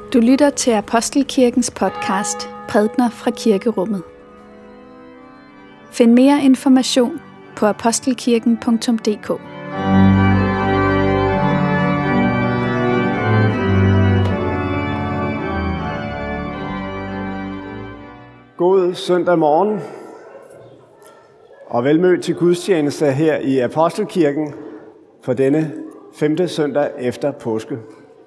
Du lytter til Apostelkirkens podcast Prædner fra Kirkerummet. Find mere information på apostelkirken.dk. God søndag morgen og velmødt til gudstjeneste her i Apostelkirken for denne 5. søndag efter påske.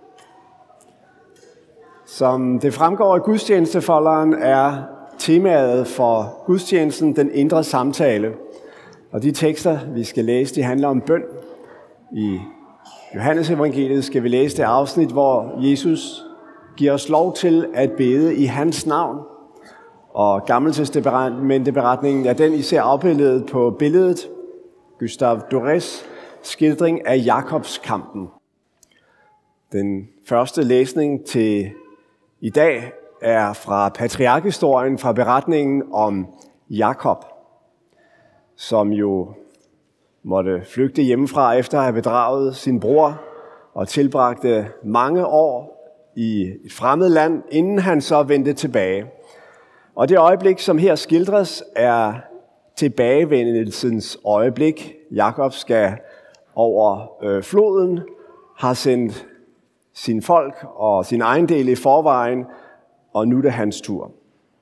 Som det fremgår af gudstjenestefolderen er temaet for gudstjenesten den indre samtale. Og de tekster, vi skal læse, de handler om bøn. I Johannes evangeliet skal vi læse det afsnit, hvor Jesus giver os lov til at bede i hans navn. Og Gammeltestamenteberetningen er den især afbildet på billedet. Gustave Dorés skildring af Jakobskampen. Den første læsning til i dag er fra patriarkhistorien, fra beretningen om Jakob, som jo måtte flygte hjemmefra efter at have bedraget sin bror og tilbragte mange år i et fremmed land, inden han så vendte tilbage. Og det øjeblik, som her skildres, er tilbagevendelsens øjeblik. Jakob skal over floden, har sendt sin folk og sin ejendel i forvejen, og nu er det hans tur.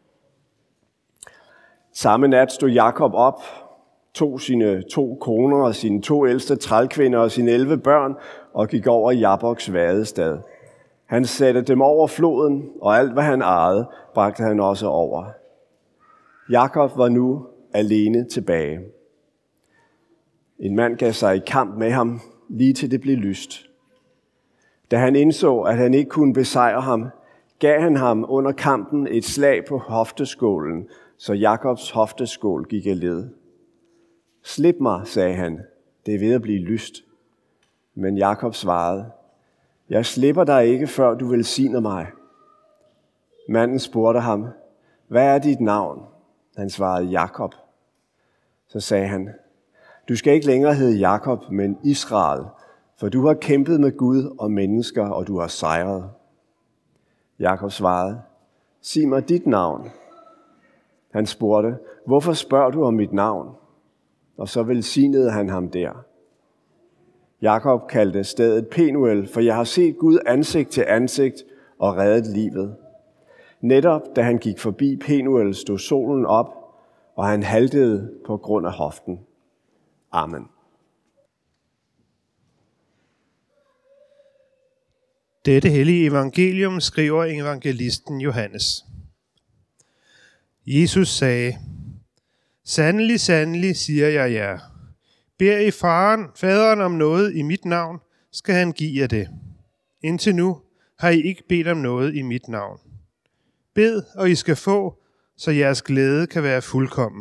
Samme nat stod Jakob op, tog sine 2 koner og sine 2 ældste trælkvinder og sine 11 børn og gik over Jabboks vadestad. Han satte dem over floden, og alt hvad han ejede, bragte han også over. Jakob var nu alene tilbage. En mand gav sig i kamp med ham, lige til det blev lyst. Da han indså, at han ikke kunne besejre ham, gav han ham under kampen et slag på hofteskålen, så Jakobs hofteskål gik af led. Slip mig, sagde han, det er ved at blive lyst. Men Jakob svarede, jeg slipper dig ikke, før du velsigner mig. Manden spurgte ham, hvad er dit navn? Han svarede, Jakob. Så sagde han, du skal ikke længere hedde Jakob, men Israel, for du har kæmpet med Gud og mennesker, og du har sejret. Jakob svarede, sig mig dit navn. Han spurgte, hvorfor spørger du om mit navn? Og så velsignede han ham der. Jakob kaldte stedet Penuel, for jeg har set Gud ansigt til ansigt og reddet livet. Netop da han gik forbi Penuel, stod solen op, og han haltede på grund af hoften. Amen. Dette hellige evangelium skriver evangelisten Johannes. Jesus sagde, sandelig, sandelig, siger jeg jer. Beder I faderen om noget i mit navn, skal han give jer det. Indtil nu har I ikke bedt om noget i mit navn. Bed, og I skal få, så jeres glæde kan være fuldkommen.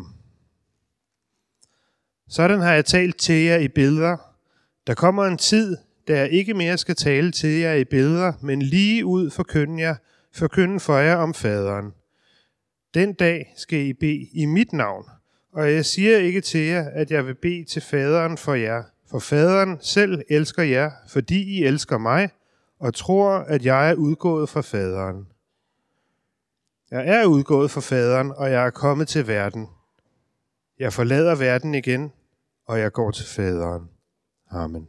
Sådan har jeg talt til jer i billeder. Der kommer en tid, da jeg ikke mere skal tale til jer i billeder, men lige ud forkynde for jer om faderen. Den dag skal I bede i mit navn, og jeg siger ikke til jer, at jeg vil bede til faderen for jer, for faderen selv elsker jer, fordi I elsker mig, og tror, at jeg er udgået fra faderen. Jeg er udgået fra faderen, og jeg er kommet til verden. Jeg forlader verden igen, og jeg går til faderen. Amen.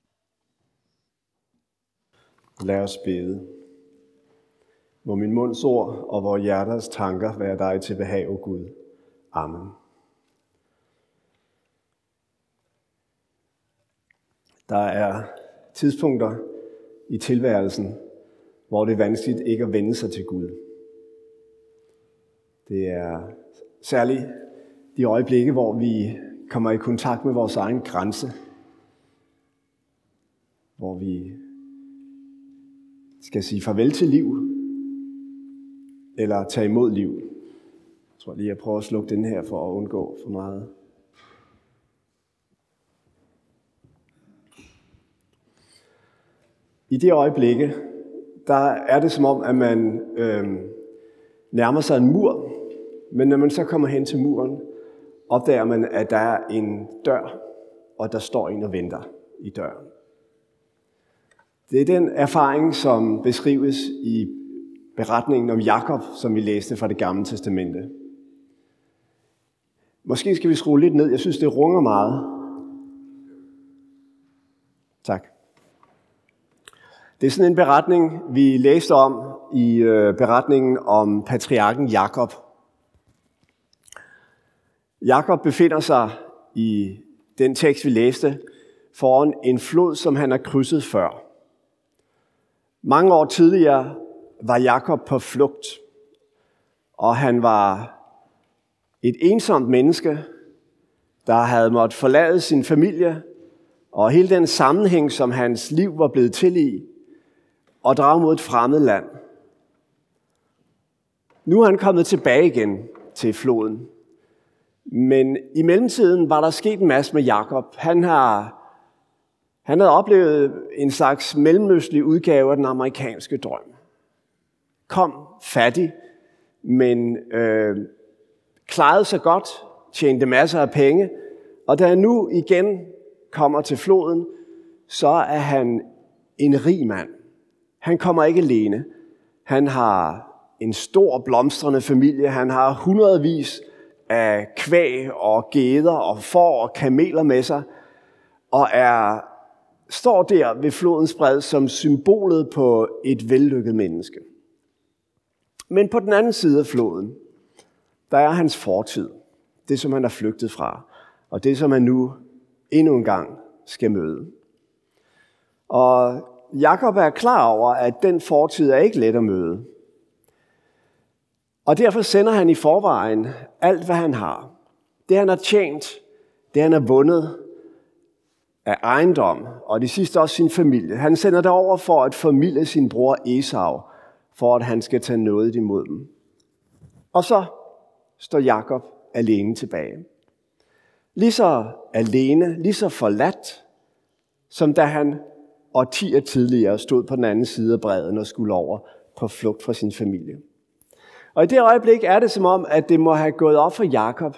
Lad os bede. Må min munds ord og vores hjerters tanker være dig til behag, o Gud. Amen. Der er tidspunkter i tilværelsen, hvor det er vanskeligt ikke at vende sig til Gud. Det er særligt de øjeblikke, hvor vi kommer i kontakt med vores egen grænse. Hvor vi skal sige farvel til liv, eller tage imod liv. Jeg tror lige, jeg prøver at slukke den her for at undgå for meget. I det øjeblikke, der er det som om, at man nærmer sig en mur, men når man så kommer hen til muren, opdager man, at der er en dør, og der står en og venter i døren. Det er den erfaring, som beskrives i beretningen om Jakob, som vi læste fra Det Gamle Testamente. Måske skal vi skrue lidt ned. Jeg synes, det runger meget. Tak. Det er sådan en beretning, vi læste om i beretningen om patriarken Jakob. Jakob befinder sig i den tekst, vi læste, foran en flod, som han har krydset før. Mange år tidligere var Jakob på flugt, og han var et ensomt menneske, der havde måttet forlade sin familie og hele den sammenhæng, som hans liv var blevet til i, og drage mod et fremmed land. Nu er han kommet tilbage igen til floden. Men i mellemtiden var der sket en masse med Jakob. Han havde oplevet en slags mellemøstlig udgave af den amerikanske drøm. Kom fattig, men klarede sig godt, tjente masser af penge. Og da han nu igen kommer til floden, så er han en rig mand. Han kommer ikke alene. Han har en stor blomstrende familie. Han har hundredvis af kvæg og geder og får og kameler med sig, og står der ved flodens bred som symbolet på et vellykket menneske. Men på den anden side af floden, der er hans fortid. Det, som han er flygtet fra, og det, som han nu endnu en gang skal møde. Og Jakob er klar over, at den fortid er ikke let at møde. Og derfor sender han i forvejen alt, hvad han har. Det, han har tjent, det, han har vundet af ejendom, og det sidste også sin familie. Han sender det over for at formilde sin bror Esau, for at han skal tage noget imod dem. Og så står Jakob alene tilbage. Lige så alene, lige så forladt, som da han årtier tidligere stod på den anden side af bredden og skulle over på flugt fra sin familie. Og i det øjeblik er det som om, at det må have gået op for Jakob,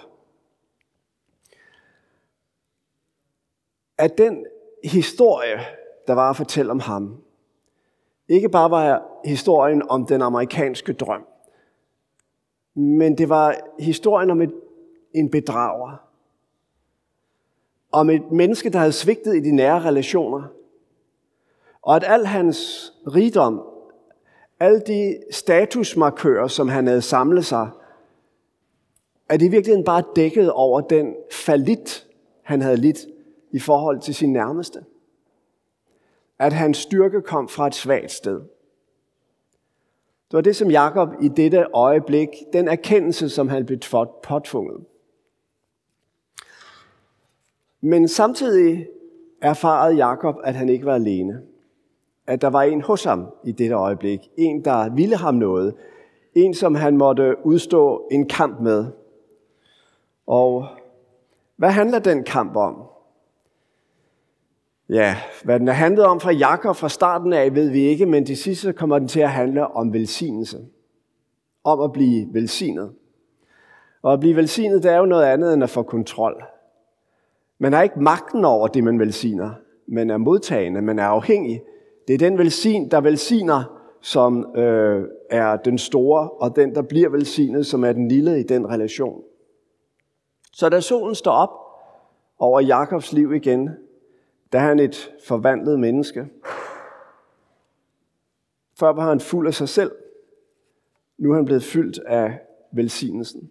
at den historie, der var at fortælle om ham, ikke bare var historien om den amerikanske drøm, men det var historien om en bedrager. Om et menneske, der havde svigtet i de nære relationer. Og at al hans rigdom, alle de statusmarkører, som han havde samlet sig, at det i virkeligheden bare dækkede over den fallit, han havde lidt i forhold til sin nærmeste. At hans styrke kom fra et svagt sted. Det var det, som Jakob i dette øjeblik, den erkendelse, som han blev påtvunget. Men samtidig erfarede Jakob, at han ikke var alene. At der var en hos ham i dette øjeblik. En, der ville ham noget. En, som han måtte udstå en kamp med. Og hvad handler den kamp om? Ja, hvad den er handlet om fra Jakob fra starten af, ved vi ikke, men til sidst kommer den til at handle om velsignelse. Om at blive velsignet. Og at blive velsignet, det er jo noget andet end at få kontrol. Man har ikke magten over det, man velsigner. Man er modtagende, man er afhængig. Det er den der velsigner, som er den store, og den, der bliver velsignet, som er den lille i den relation. Så da solen står op over Jakobs liv igen, der er han et forvandlet menneske. Før var han fuld af sig selv. Nu er han blevet fyldt af velsignelsen.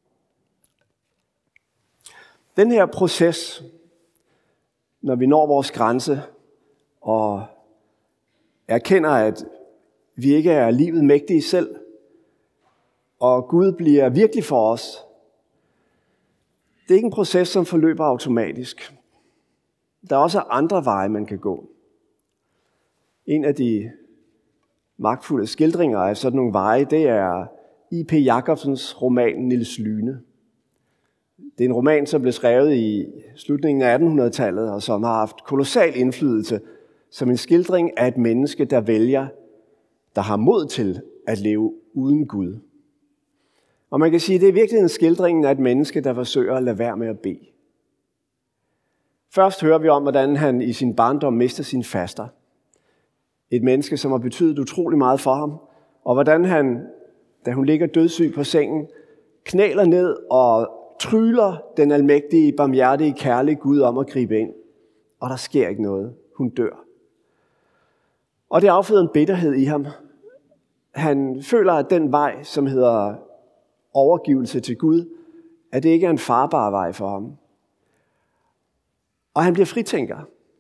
Den her proces, når vi når vores grænse og erkender, at vi ikke er livet mægtige selv, og Gud bliver virkelig for os, det er ikke en proces, som forløber automatisk. Der er også andre veje, man kan gå. En af de magtfulde skildringer af sådan nogle veje, det er I.P. Jacobsens roman Niels Lyne. Det er en roman, som blev skrevet i slutningen af 1800-tallet, og som har haft kolossal indflydelse som en skildring af et menneske, der vælger, der har mod til at leve uden Gud. Og man kan sige, at det er virkelig en skildring af et menneske, der forsøger at lade være med at bede. Først hører vi om, hvordan han i sin barndom mister sin faster. Et menneske, som har betydet utrolig meget for ham, og hvordan han, da hun ligger dødssyg på sengen, knæler ned og tryller den almægtige, barmhjertige, kærlige Gud om at gribe ind. Og der sker ikke noget. Hun dør. Og det afføder en bitterhed i ham. Han føler, at den vej, som hedder overgivelse til Gud, at det ikke er en farbar vej for ham. Og han bliver fritænker.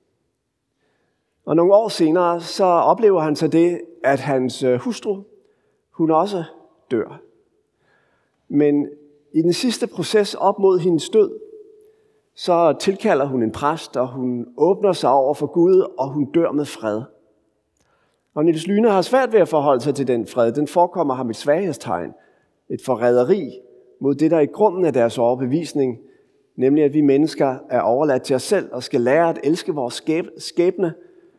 Og nogle år senere, så oplever han så det, at hans hustru, hun også dør. Men i den sidste proces op mod hendes død, så tilkalder hun en præst, og hun åbner sig over for Gud, og hun dør med fred. Og Niels Lyhne har svært ved at forholde sig til den fred. Den forekommer ham et svaghedstegn, et forræderi mod det, der i grunden er deres overbevisning, nemlig at vi mennesker er overladt til os selv og skal lære at elske vores skæbne.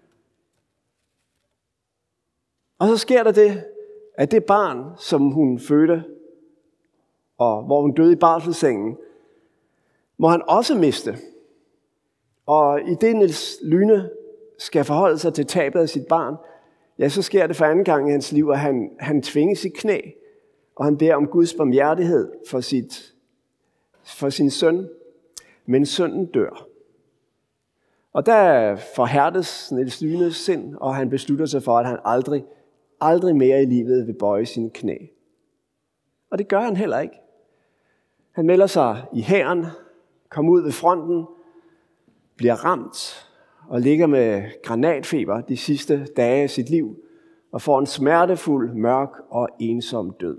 Og så sker der det, at det barn, som hun fødte, og hvor hun døde i barselssengen, må han også miste. Og i det Niels Lyhne skal forholde sig til tabet af sit barn, ja, så sker det for anden gang i hans liv, at han tvinges i knæ, og han beder om Guds barmhjertighed for sin søn, men sønnen dør. Og der forhærdes Niels Lyhnes sind, og han beslutter sig for, at han aldrig mere i livet vil bøje sine knæ. Og det gør han heller ikke. Han melder sig i hæren, kommer ud ved fronten, bliver ramt og ligger med granatfeber de sidste dage af sit liv og får en smertefuld, mørk og ensom død.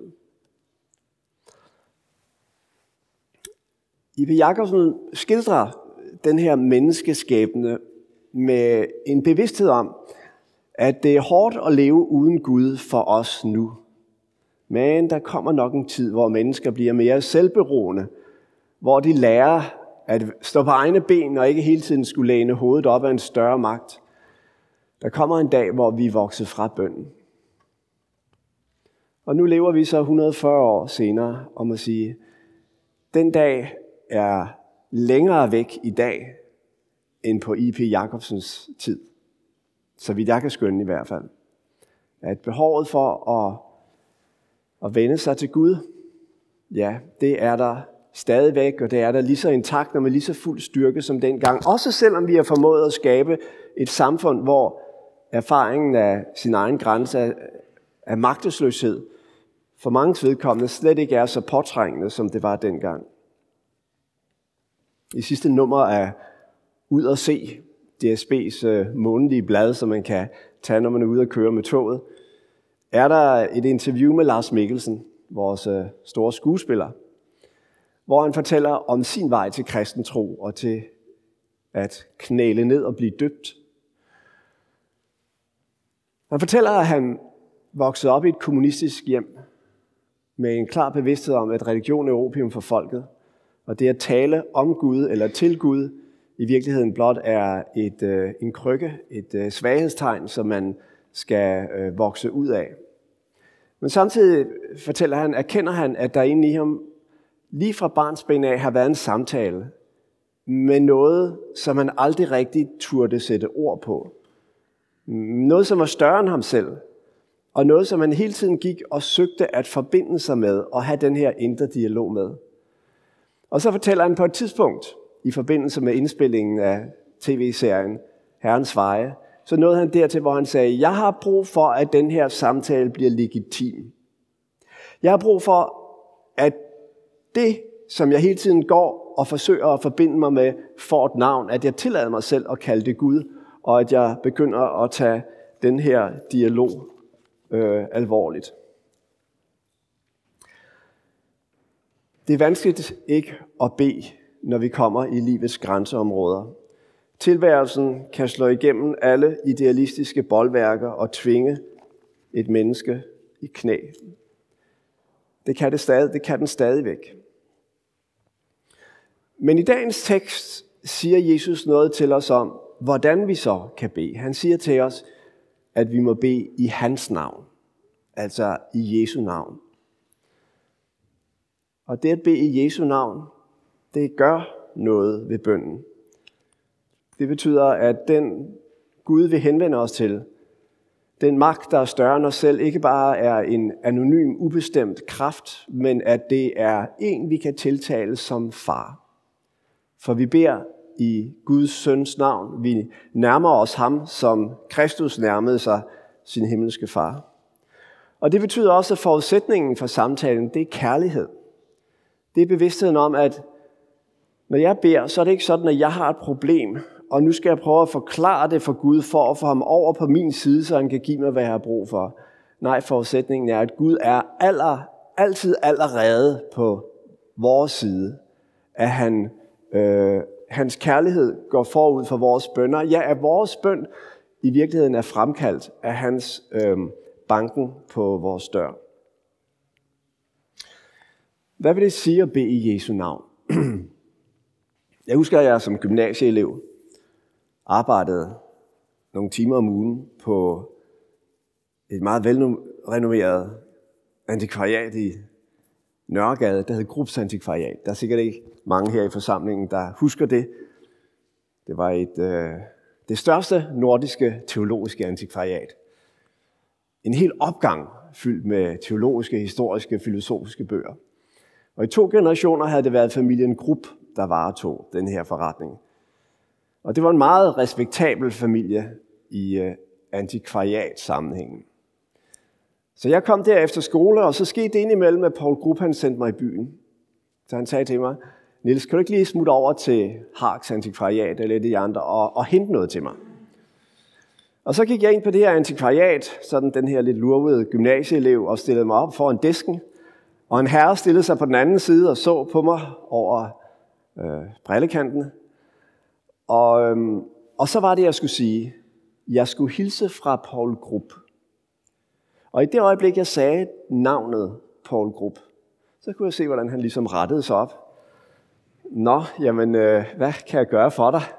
J.P. Jacobsen skildrer den her menneskeskæbne med en bevidsthed om, at det er hårdt at leve uden Gud for os nu. Men der kommer nok en tid, hvor mennesker bliver mere selvberoende, hvor de lærer at stå på egne ben og ikke hele tiden skulle læne hovedet op af en større magt. Der kommer en dag, hvor vi er vokset fra bønnen. Og nu lever vi så 140 år senere om at sige, den dag er længere væk i dag, end på J.P. Jacobsens tid. Så vidt jeg kan skønne i hvert fald. At behovet for at vende sig til Gud, ja, det er der stadigvæk, og det er der lige så intakt og med lige så fuld styrke som dengang. Også selvom vi har formået at skabe et samfund, hvor erfaringen af sin egen grænse af magtesløshed for mange vedkommende slet ikke er så påtrængende, som det var dengang. I sidste nummer af Ud at se, DSB's månedlige blad, som man kan tage, når man er ude at køre med toget, er der et interview med Lars Mikkelsen, vores store skuespiller, hvor han fortæller om sin vej til kristen tro og til at knæle ned og blive døbt. Han fortæller, at han voksede op i et kommunistisk hjem med en klar bevidsthed om, at religion er opium for folket, og det at tale om Gud eller til Gud i virkeligheden blot er en krykke, et svaghedstegn, som man skal vokse ud af. Men samtidig erkender han, at der inde i ham lige fra barnsben af har været en samtale med noget, som han aldrig rigtig turde sætte ord på. Noget, som var større end ham selv, og noget, som han hele tiden gik og søgte at forbinde sig med og have den her indre dialog med. Og så fortæller han på et tidspunkt, i forbindelse med indspillingen af tv-serien Herrens Veje, så nåede han dertil, hvor han sagde, jeg har brug for, at den her samtale bliver legitim. Jeg har brug for, at det, som jeg hele tiden går og forsøger at forbinde mig med, får et navn, at jeg tillader mig selv at kalde det Gud, og at jeg begynder at tage den her dialog alvorligt. Det er vanskeligt ikke at bede, når vi kommer i livets grænseområder. Tilværelsen kan slå igennem alle idealistiske bolværker og tvinge et menneske i knæ. Det kan den stadigvæk. Men i dagens tekst siger Jesus noget til os om, hvordan vi så kan bede. Han siger til os, at vi må bede i hans navn, altså i Jesu navn. Og det at bede i Jesu navn, det gør noget ved bønnen. Det betyder, at den Gud, vi henvender os til, Den magt, der er større end os selv, ikke bare er en anonym, ubestemt kraft, men at det er en, vi kan tiltale som far. For vi beder i Guds søns navn. Vi nærmer os ham, som Kristus nærmede sig sin himmelske far. Og det betyder også, at forudsætningen for samtalen, det er kærlighed. Det er bevidstheden om, at når jeg beder, så er det ikke sådan, at jeg har et problem, og nu skal jeg prøve at forklare det for Gud, for at få ham over på min side, så han kan give mig, hvad jeg har brug for. Nej, forudsætningen er, at Gud er altid allerede på vores side. At hans kærlighed går forud for vores bønner. Ja, at vores bøn i virkeligheden er fremkaldt af hans banken på vores dør. Hvad vil det sige at bede i Jesu navn? Jeg husker, at jeg som gymnasieelev arbejdede nogle timer om ugen på et meget velrenommeret antikvariat i Nørregade, der hed Grups Antikvariat. Der er sikkert ikke mange her i forsamlingen, der husker det. Det var det største nordiske teologiske antikvariat. En hel opgang fyldt med teologiske, historiske, filosofiske bøger. Og i 2 generationer havde det været familien Grupp, der varetog den her forretning. Og det var en meget respektabel familie i antikvariat-sammenhængen. Så jeg kom der efter skole, og så skete det indimellem, at Poul Grupp han sendte mig i byen. Så han sagde til mig, Niels, kan du ikke lige smutte over til Harks Antikvariat eller de andre og hente noget til mig? Og så gik jeg ind på det her antikvariat, sådan den her lidt lurvede gymnasieelev, og stillede mig op foran disken. Og en herre stillede sig på den anden side og så på mig over brillekanten. Og så var det, jeg skulle sige. Jeg skulle hilse fra Poul Grupp. Og i det øjeblik, jeg sagde navnet Poul Grupp, så kunne jeg se, hvordan han ligesom rettede sig op. Nå, jamen, hvad kan jeg gøre for dig?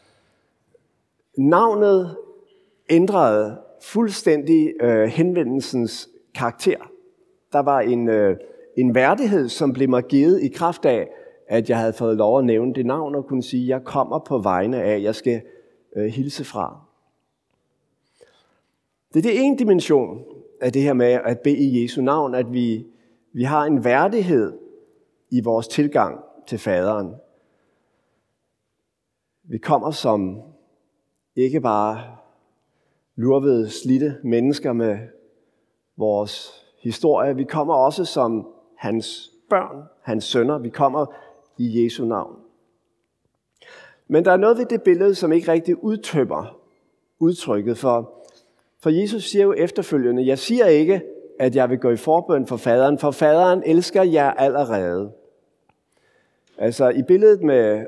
Navnet ændrede fuldstændig henvendelsens karakter. Der var en værdighed, som blev mig givet i kraft af, at jeg havde fået lov at nævne det navn og kunne sige, at jeg kommer på vegne af, at jeg skal hilse fra. Det er en dimension af det her med at bede i Jesu navn, at vi har en værdighed i vores tilgang til faderen. Vi kommer som ikke bare lurvede, slidte mennesker med vores historie. Vi kommer også som hans børn, hans sønner. Vi kommer i Jesu navn. Men der er noget ved det billede, som ikke rigtig udtømmer udtrykket. For Jesus siger jo efterfølgende, jeg siger ikke, at jeg vil gå i forbøn for faderen elsker jer allerede. Altså i billedet med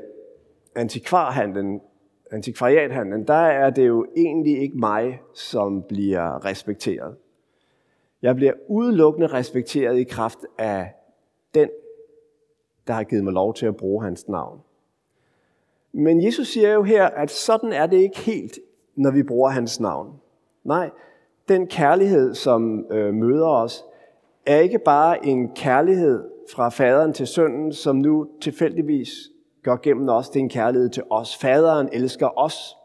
antikvariathandlen, der er det jo egentlig ikke mig, som bliver respekteret. Jeg bliver udelukkende respekteret i kraft af den, der har givet mig lov til at bruge hans navn. Men Jesus siger jo her, at sådan er det ikke helt, når vi bruger hans navn. Nej, den kærlighed, som møder os, er ikke bare en kærlighed fra faderen til sønnen, som nu tilfældigvis går gennem os. Det er en kærlighed til os. Faderen elsker os.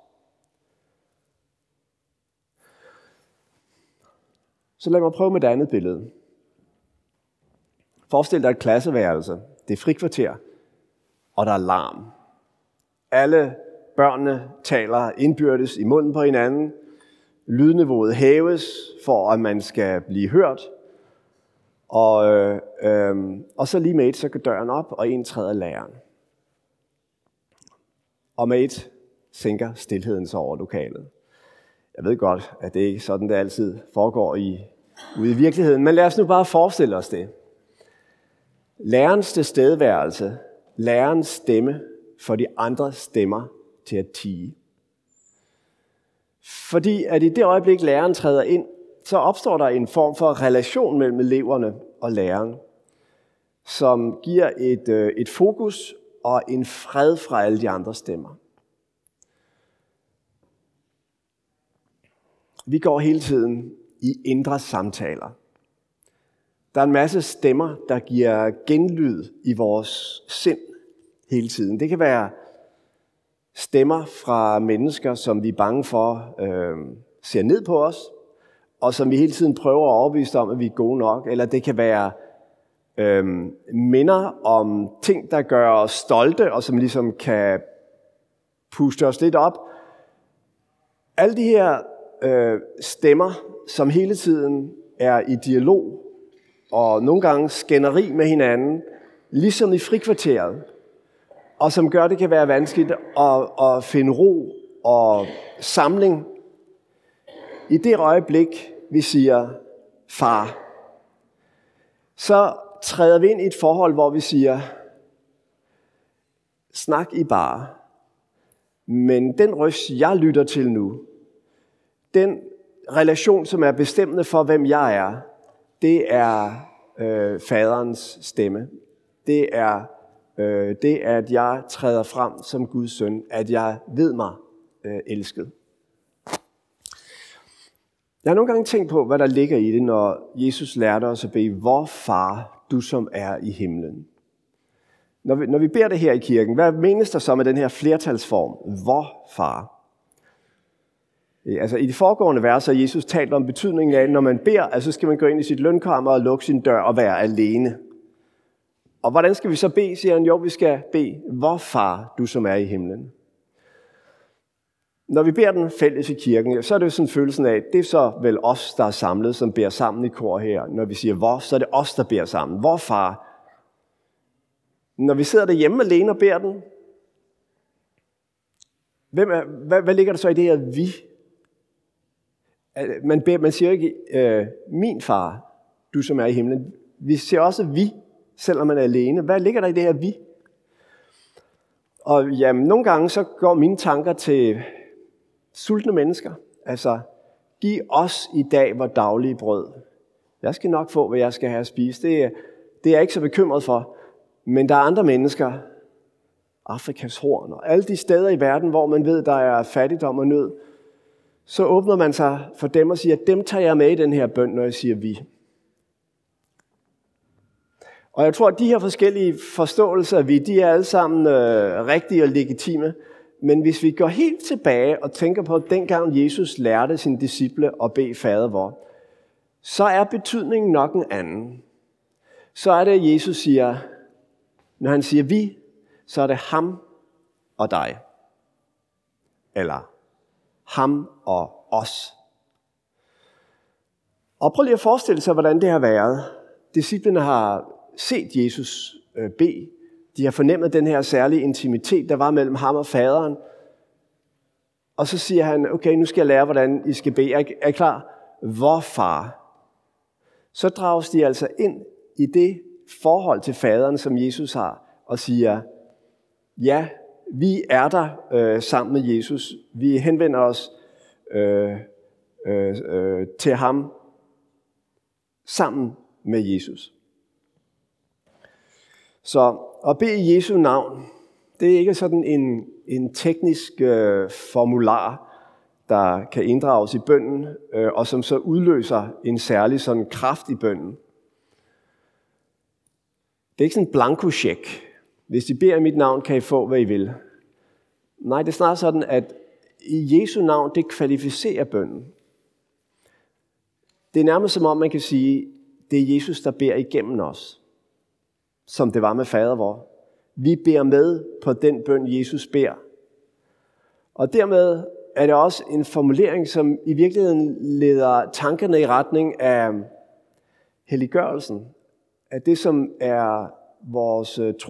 Så lad mig prøve med et andet billede. Forestil dig et klasseværelse. Det er frikvarter, og der er larm. Alle børnene taler indbyrdes i munden på hinanden. Lydniveauet hæves, for at man skal blive hørt. Og så lige med et, så går døren op, og en træder læreren. Og med et sænker stilheden sig over lokalet. Jeg ved godt, at det ikke er sådan, det altid foregår ude i virkeligheden, men lad os nu bare forestille os det. Lærerens tilstedeværelse, lærerens stemme for de andre stemmer til at tie. Fordi at i det øjeblik, læreren træder ind, så opstår der en form for relation mellem eleverne og læreren, som giver et fokus og en fred fra alle de andre stemmer. Vi går hele tiden i indre samtaler. Der er en masse stemmer, der giver genlyd i vores sind hele tiden. Det kan være stemmer fra mennesker, som vi er bange for ser ned på os. og som vi hele tiden prøver at overbevise om, at vi er gode nok. Eller det kan være minder om ting, der gør os stolte, og som ligesom kan puste os lidt op. Alle de her stemmer, som hele tiden er i dialog, og nogle gange skænderi med hinanden, ligesom i frikvarteret, og som gør, det kan være vanskeligt at finde ro og samling. I det øjeblik, vi siger far, så træder vi ind i et forhold, hvor vi siger, snak I bare. Men den røst, jeg lytter til nu, den relation, som er bestemmende for, hvem jeg er, det er faderens stemme. Det er det, at jeg træder frem som Guds søn, at jeg ved mig elsket. Jeg har nogle gange tænkt på, hvad der ligger i det, når Jesus lærte os at bede, vor far, du som er i himlen. Når vi beder det her i kirken, hvad menes der så med den her flertalsform? Vor far. Altså i de foregående verser har Jesus talt om betydningen af, at når man beder, altså skal man gå ind i sit lønkammer og lukke sin dør og være alene. Og hvordan skal vi så bede, siger han? Jo, vi skal bede, vor far, du som er i himlen. Når vi beder den fælles i kirken, så er det jo sådan følelsen af, det er så vel os, der er samlet, som beder sammen i kor her. Når vi siger vor, så er det os, der beder sammen. Vor far. Når vi sidder derhjemme alene og beder den, hvad ligger der så i det her vi? Man siger ikke, min far, du som er i himlen. Vi siger også vi, selvom man er alene. Hvad ligger der i det her vi? Og jamen, nogle gange så går mine tanker til sultne mennesker. Altså, giv os i dag vores daglige brød. Jeg skal nok få, hvad jeg skal have at spise. Det er jeg ikke så bekymret for. Men der er andre mennesker, Afrikas Horn og alle de steder i verden, hvor man ved, der er fattigdom og nød, så åbner man sig for dem og siger, dem tager jeg med i den her bøn, når jeg siger vi. Og jeg tror, at de her forskellige forståelser af vi, de er alle sammen rigtige og legitime. Men hvis vi går helt tilbage og tænker på, dengang Jesus lærte sine disciple at bede fader vor, så er betydningen nok en anden. Så er det, at Jesus siger, når han siger vi, så er det ham og dig. Eller ham og os. Og prøv lige at forestille sig, hvordan det har været. Disciplene har set Jesus bede. De har fornemmet den her særlige intimitet, der var mellem ham og faderen. Og så siger han, okay, nu skal jeg lære, hvordan I skal bede. Er I klar? Vor far. Så drages de altså ind i det forhold til faderen, som Jesus har, og siger, ja, vi er der sammen med Jesus. Vi henvender os til ham sammen med Jesus. Så at bede i Jesu navn, det er ikke sådan en teknisk formular, der kan inddrages i bønnen, og som så udløser en særlig sådan kraft i bønnen. Det er ikke sådan en blankocheck. Hvis I beder i mit navn, kan I få, hvad I vil. Nej, det er snarere sådan, at i Jesu navn, det kvalificerer bønnen. Det er nærmest som om, man kan sige, det er Jesus, der beder igennem os. Som det var med fader vor. Vi beder med på den bøn, Jesus beder. Og dermed er det også en formulering, som i virkeligheden leder tankerne i retning af helliggørelsen. Af det, som er vores